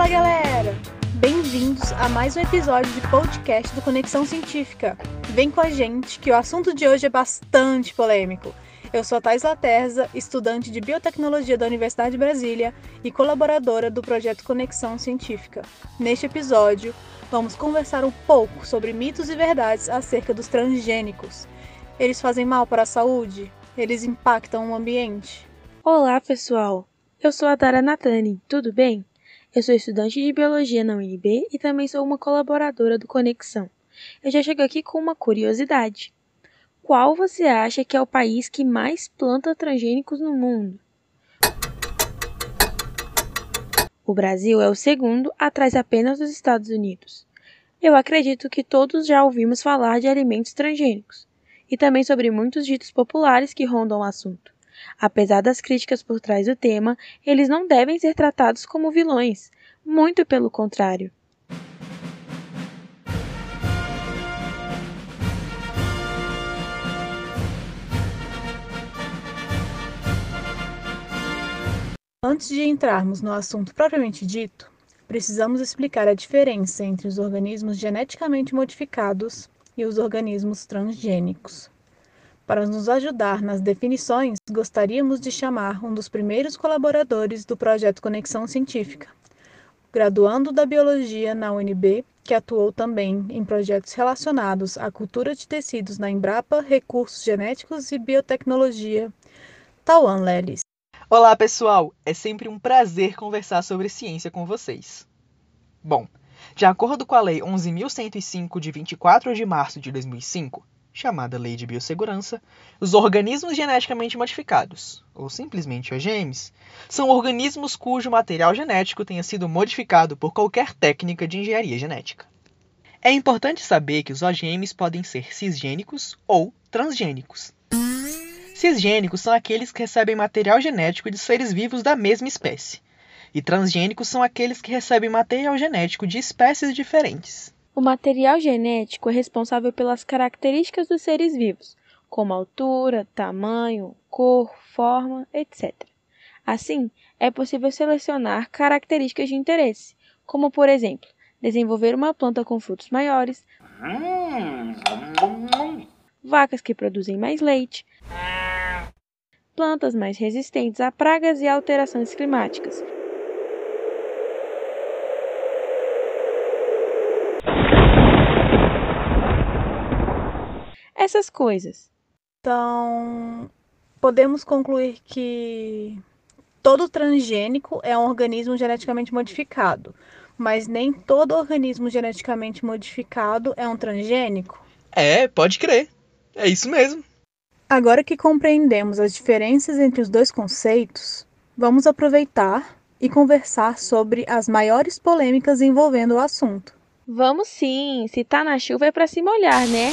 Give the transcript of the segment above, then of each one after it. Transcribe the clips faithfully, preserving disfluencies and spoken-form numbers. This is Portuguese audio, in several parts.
Fala galera! Bem-vindos a mais um episódio de podcast do Conexão Científica. Vem com a gente que o assunto de hoje é bastante polêmico. Eu sou a Thais Laterza, estudante de Biotecnologia da Universidade de Brasília e colaboradora do projeto Conexão Científica. Neste episódio, vamos conversar um pouco sobre mitos e verdades acerca dos transgênicos. Eles fazem mal para a saúde? Eles impactam o ambiente? Olá pessoal, eu sou a Dara Natani, tudo bem? Eu sou estudante de Biologia na U N B e também sou uma colaboradora do Conexão. Eu já chego aqui com uma curiosidade. Qual você acha que é o país que mais planta transgênicos no mundo? O Brasil é o segundo, atrás apenas dos Estados Unidos. Eu acredito que todos já ouvimos falar de alimentos transgênicos, e também sobre muitos ditos populares que rondam o assunto. Apesar das críticas por trás do tema, eles não devem ser tratados como vilões, muito pelo contrário. Antes de entrarmos no assunto propriamente dito, precisamos explicar a diferença entre os organismos geneticamente modificados e os organismos transgênicos. Para nos ajudar nas definições, gostaríamos de chamar um dos primeiros colaboradores do projeto Conexão Científica, graduando da Biologia na U N B, que atuou também em projetos relacionados à cultura de tecidos na Embrapa, Recursos Genéticos e Biotecnologia, Tauan Lelis. Olá pessoal, é sempre um prazer conversar sobre ciência com vocês. Bom, de acordo com a Lei onze mil cento e cinco de vinte e quatro de março de dois mil e cinco, chamada Lei de Biossegurança, os organismos geneticamente modificados, ou simplesmente O G Ms, são organismos cujo material genético tenha sido modificado por qualquer técnica de engenharia genética. É importante saber que os O G Ms podem ser cisgênicos ou transgênicos. Cisgênicos são aqueles que recebem material genético de seres vivos da mesma espécie, e transgênicos são aqueles que recebem material genético de espécies diferentes. O material genético é responsável pelas características dos seres vivos, como altura, tamanho, cor, forma, etcétera. Assim, é possível selecionar características de interesse, como, por exemplo, desenvolver uma planta com frutos maiores, vacas que produzem mais leite, plantas mais resistentes a pragas e alterações climáticas. Essas coisas. Então, podemos concluir que todo transgênico é um organismo geneticamente modificado, mas nem todo organismo geneticamente modificado é um transgênico? É, pode crer. É isso mesmo. Agora que compreendemos as diferenças entre os dois conceitos, vamos aproveitar e conversar sobre as maiores polêmicas envolvendo o assunto. Vamos sim, se tá na chuva é para se molhar, né?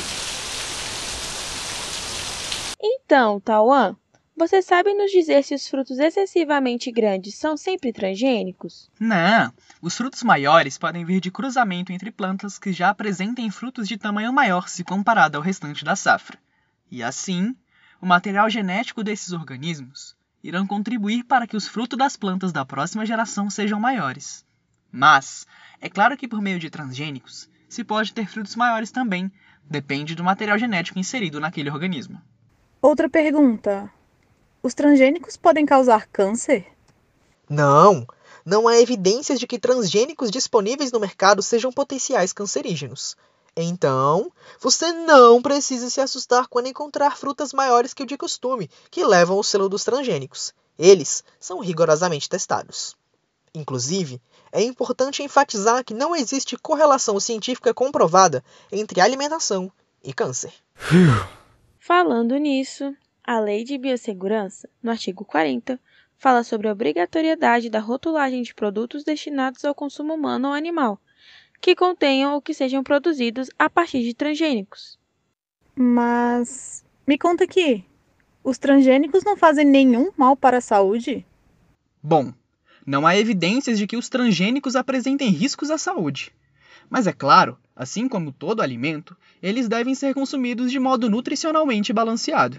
Então, Tauan, você sabe nos dizer se os frutos excessivamente grandes são sempre transgênicos? Não, os frutos maiores podem vir de cruzamento entre plantas que já apresentem frutos de tamanho maior se comparado ao restante da safra. E assim, o material genético desses organismos irão contribuir para que os frutos das plantas da próxima geração sejam maiores. Mas, é claro que por meio de transgênicos, se pode ter frutos maiores também, depende do material genético inserido naquele organismo. Outra pergunta: os transgênicos podem causar câncer? Não, não há evidências de que transgênicos disponíveis no mercado sejam potenciais cancerígenos. Então, você não precisa se assustar quando encontrar frutas maiores que o de costume, que levam o selo dos transgênicos. Eles são rigorosamente testados. Inclusive, é importante enfatizar que não existe correlação científica comprovada entre alimentação e câncer. Falando nisso, a Lei de Biossegurança, no artigo quarenta, fala sobre a obrigatoriedade da rotulagem de produtos destinados ao consumo humano ou animal, que contenham ou que sejam produzidos a partir de transgênicos. Mas me conta aqui, os transgênicos não fazem nenhum mal para a saúde? Bom, não há evidências de que os transgênicos apresentem riscos à saúde. Mas é claro, assim como todo alimento, eles devem ser consumidos de modo nutricionalmente balanceado.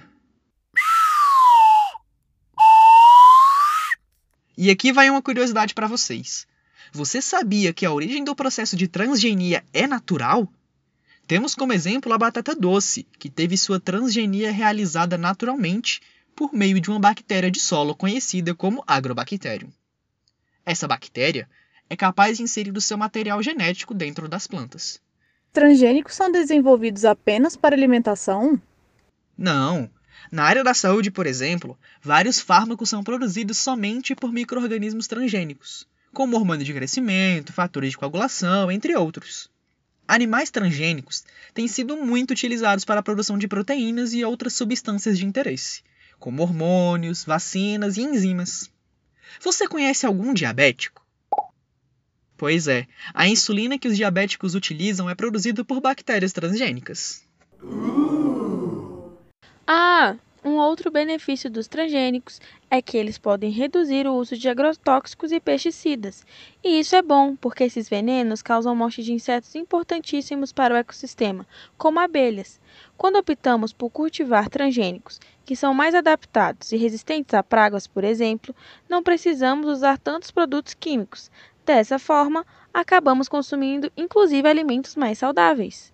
E aqui vai uma curiosidade para vocês. Você sabia que a origem do processo de transgenia é natural? Temos como exemplo a batata doce, que teve sua transgenia realizada naturalmente por meio de uma bactéria de solo conhecida como Agrobacterium. Essa bactéria é capaz de inserir o seu material genético dentro das plantas. Transgênicos são desenvolvidos apenas para alimentação? Não. Na área da saúde, por exemplo, vários fármacos são produzidos somente por micro-organismos transgênicos, como hormônio de crescimento, fatores de coagulação, entre outros. Animais transgênicos têm sido muito utilizados para a produção de proteínas e outras substâncias de interesse, como hormônios, vacinas e enzimas. Você conhece algum diabético? Pois é, a insulina que os diabéticos utilizam é produzida por bactérias transgênicas. Ah, um outro benefício dos transgênicos é que eles podem reduzir o uso de agrotóxicos e pesticidas. E isso é bom, porque esses venenos causam morte de insetos importantíssimos para o ecossistema, como abelhas. Quando optamos por cultivar transgênicos, que são mais adaptados e resistentes a pragas, por exemplo, não precisamos usar tantos produtos químicos. Dessa forma, acabamos consumindo inclusive alimentos mais saudáveis.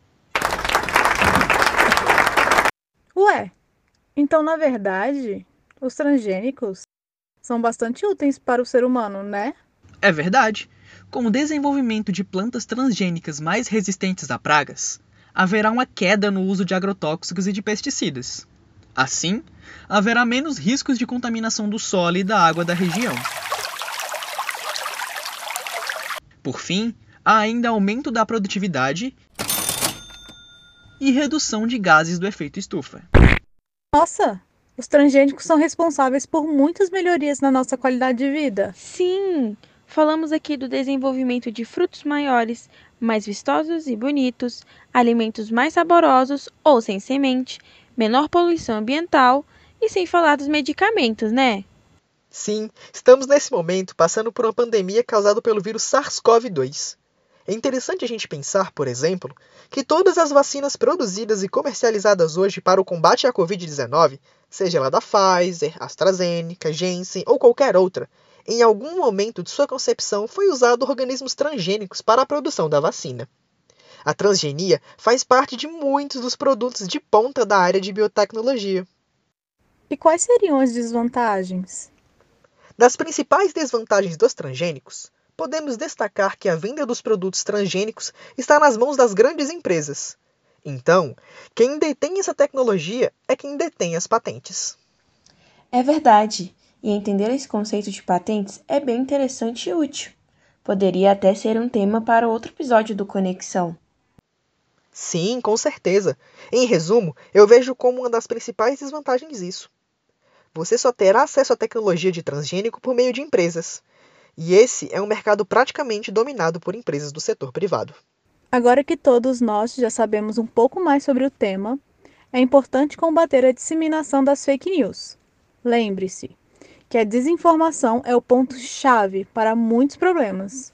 Ué, então na verdade, os transgênicos são bastante úteis para o ser humano, né? É verdade. Com o desenvolvimento de plantas transgênicas mais resistentes a pragas, haverá uma queda no uso de agrotóxicos e de pesticidas. Assim, haverá menos riscos de contaminação do solo e da água da região. Por fim, há ainda aumento da produtividade e redução de gases do efeito estufa. Nossa, os transgênicos são responsáveis por muitas melhorias na nossa qualidade de vida. Sim, falamos aqui do desenvolvimento de frutos maiores, mais vistosos e bonitos, alimentos mais saborosos ou sem semente, menor poluição ambiental e sem falar dos medicamentos, né? Sim, estamos nesse momento passando por uma pandemia causada pelo vírus SARS-CoV dois. É interessante a gente pensar, por exemplo, que todas as vacinas produzidas e comercializadas hoje para o combate à covid dezenove, seja ela da Pfizer, AstraZeneca, Janssen ou qualquer outra, em algum momento de sua concepção foi usado organismos transgênicos para a produção da vacina. A transgenia faz parte de muitos dos produtos de ponta da área de biotecnologia. E quais seriam as desvantagens? Das principais desvantagens dos transgênicos, podemos destacar que a venda dos produtos transgênicos está nas mãos das grandes empresas. Então, quem detém essa tecnologia é quem detém as patentes. É verdade, e entender esse conceito de patentes é bem interessante e útil. Poderia até ser um tema para outro episódio do Conexão. Sim, com certeza. Em resumo, eu vejo como uma das principais desvantagens isso. Você só terá acesso à tecnologia de transgênico por meio de empresas. E esse é um mercado praticamente dominado por empresas do setor privado. Agora que todos nós já sabemos um pouco mais sobre o tema, é importante combater a disseminação das fake news. Lembre-se que a desinformação é o ponto-chave para muitos problemas.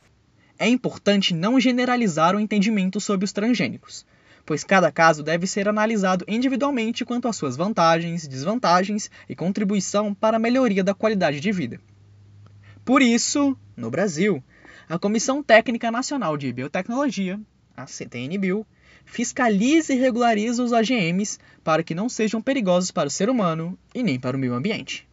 É importante não generalizar o entendimento sobre os transgênicos, pois cada caso deve ser analisado individualmente quanto às suas vantagens, desvantagens e contribuição para a melhoria da qualidade de vida. Por isso, no Brasil, a Comissão Técnica Nacional de Biotecnologia, a C T N Bio, fiscaliza e regulariza os O G Ms para que não sejam perigosos para o ser humano e nem para o meio ambiente.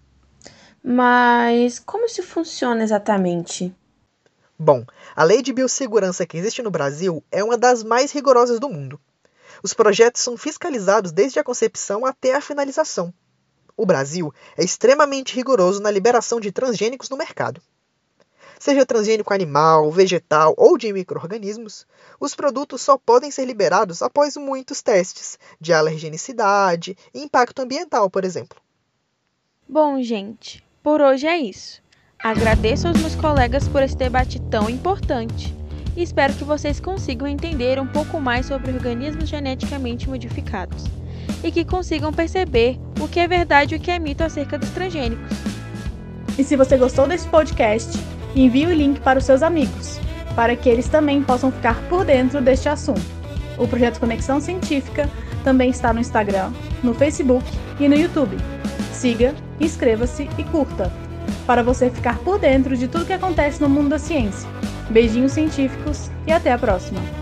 Mas como isso funciona exatamente? Bom, a lei de biossegurança que existe no Brasil é uma das mais rigorosas do mundo. Os projetos são fiscalizados desde a concepção até a finalização. O Brasil é extremamente rigoroso na liberação de transgênicos no mercado. Seja transgênico animal, vegetal ou de micro-organismos, os produtos só podem ser liberados após muitos testes de alergenicidade e impacto ambiental, por exemplo. Bom, gente, por hoje é isso. Agradeço aos meus colegas por esse debate tão importante e espero que vocês consigam entender um pouco mais sobre organismos geneticamente modificados e que consigam perceber o que é verdade e o que é mito acerca dos transgênicos. E se você gostou desse podcast, envie o link para os seus amigos, para que eles também possam ficar por dentro deste assunto. O projeto Conexão Científica também está no Instagram, no Facebook e no YouTube. Siga, inscreva-se e curta. para você ficar por dentro de tudo que acontece no mundo da ciência. Beijinhos científicos e até a próxima!